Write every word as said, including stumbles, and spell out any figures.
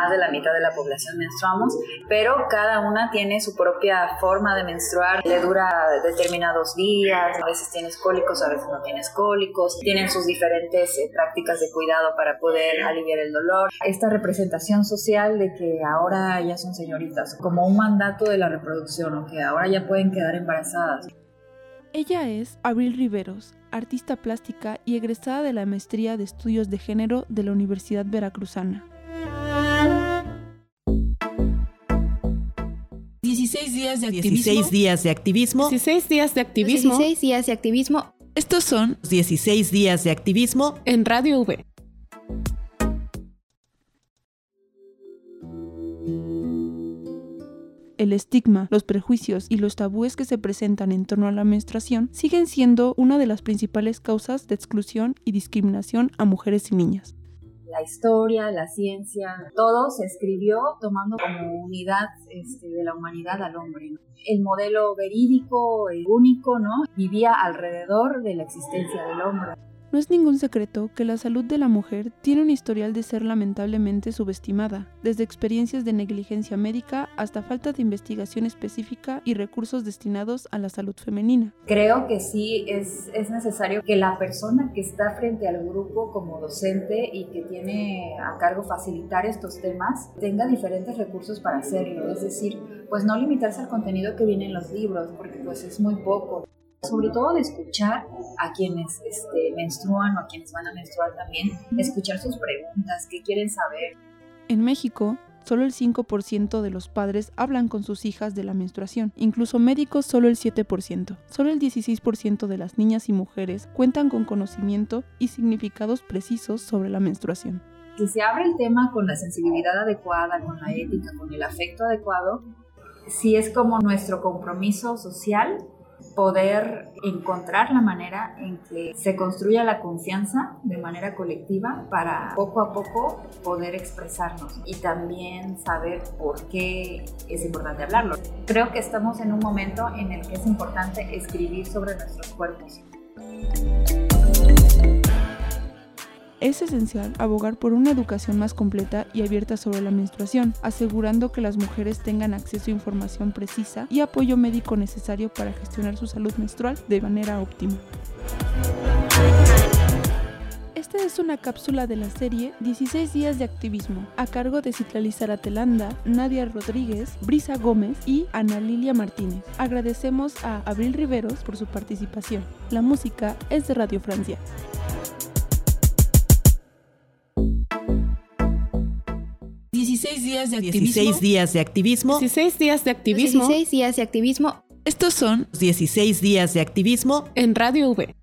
más de la mitad de la población menstruamos, pero cada una tiene su propia forma de menstruar, le dura determinados días, a veces tienes cólicos, a veces no tienes cólicos, tienen sus diferentes eh, prácticas de cuidado para poder aliviar el dolor. Esta representación social de que ahora ya son señoritas, como un mandato de la reproducción, o que ahora ya pueden quedar embarazadas. Ella es Abril Riveros, artista plástica y egresada de la Maestría de Estudios de Género de la Universidad Veracruzana. dieciséis días de activismo. dieciséis días de activismo. dieciséis días de activismo. dieciséis días de activismo. Estos son dieciséis días de activismo en Radio V. El estigma, los prejuicios y los tabúes que se presentan en torno a la menstruación siguen siendo una de las principales causas de exclusión y discriminación a mujeres y niñas. La historia, la ciencia, todo se escribió tomando como unidad este, de la humanidad al hombre, ¿no? El modelo verídico, el único, ¿no? Vivía alrededor de la existencia del hombre. No es ningún secreto que la salud de la mujer tiene un historial de ser lamentablemente subestimada, desde experiencias de negligencia médica hasta falta de investigación específica y recursos destinados a la salud femenina. Creo que sí es, es necesario que la persona que está frente al grupo como docente y que tiene a cargo facilitar estos temas tenga diferentes recursos para hacerlo, es decir, pues no limitarse al contenido que viene en los libros, porque pues es muy poco. Sobre todo de escuchar a quienes este, menstruan o a quienes van a menstruar también, escuchar sus preguntas, qué quieren saber. En México, solo el cinco por ciento de los padres hablan con sus hijas de la menstruación, incluso médicos solo el siete por ciento. Solo el dieciséis por ciento de las niñas y mujeres cuentan con conocimiento y significados precisos sobre la menstruación. Si se abre el tema con la sensibilidad adecuada, con la ética, con el afecto adecuado, sí es como nuestro compromiso social poder encontrar la manera en que se construya la confianza de manera colectiva para poco a poco poder expresarnos y también saber por qué es importante hablarlo. Creo que estamos en un momento en el que es importante escribir sobre nuestros cuerpos. Es esencial abogar por una educación más completa y abierta sobre la menstruación, asegurando que las mujeres tengan acceso a información precisa y apoyo médico necesario para gestionar su salud menstrual de manera óptima. Esta es una cápsula de la serie dieciséis días de activismo, a cargo de Citlali Zaratelanda, Nadia Rodríguez, Brisa Gómez y Ana Lilia Martínez. Agradecemos a Abril Riveros por su participación. La música es de Radio Francia. dieciséis días de activismo. dieciséis días de activismo. dieciséis días de activismo. dieciséis días de activismo. Estos son dieciséis días de activismo en Radio V.